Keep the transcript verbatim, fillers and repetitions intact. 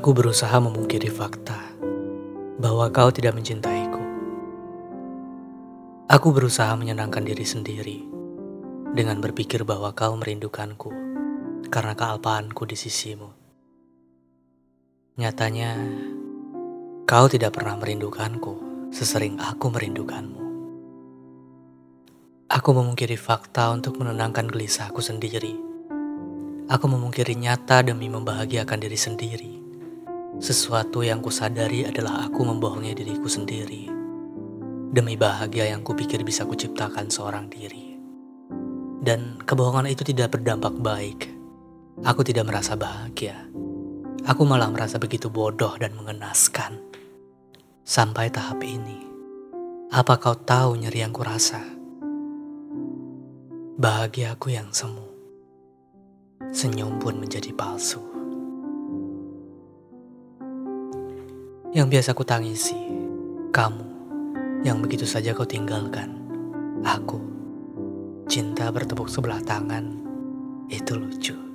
Aku berusaha memungkiri fakta bahwa kau tidak mencintaiku. Aku berusaha menyenangkan diri sendiri dengan berpikir bahwa kau merindukanku karena kealpaanku di sisimu. Nyatanya, kau tidak pernah merindukanku sesering aku merindukanmu. Aku memungkiri fakta untuk menenangkan gelisahku sendiri. Aku memungkiri nyata demi membahagiakan diri sendiri. Sesuatu yang kusadari adalah aku membohongi diriku sendiri demi bahagia yang kupikir bisa kuciptakan seorang diri. Dan kebohongan itu tidak berdampak baik. Aku tidak merasa bahagia. Aku malah merasa begitu bodoh dan mengenaskan. Sampai tahap ini, apa kau tahu nyeri yang kurasa? Bahagiaku yang semu. Senyum pun menjadi palsu. Yang biasa ku tangisi, kamu yang begitu saja kau tinggalkan. Aku, cinta bertepuk sebelah tangan, itu lucu.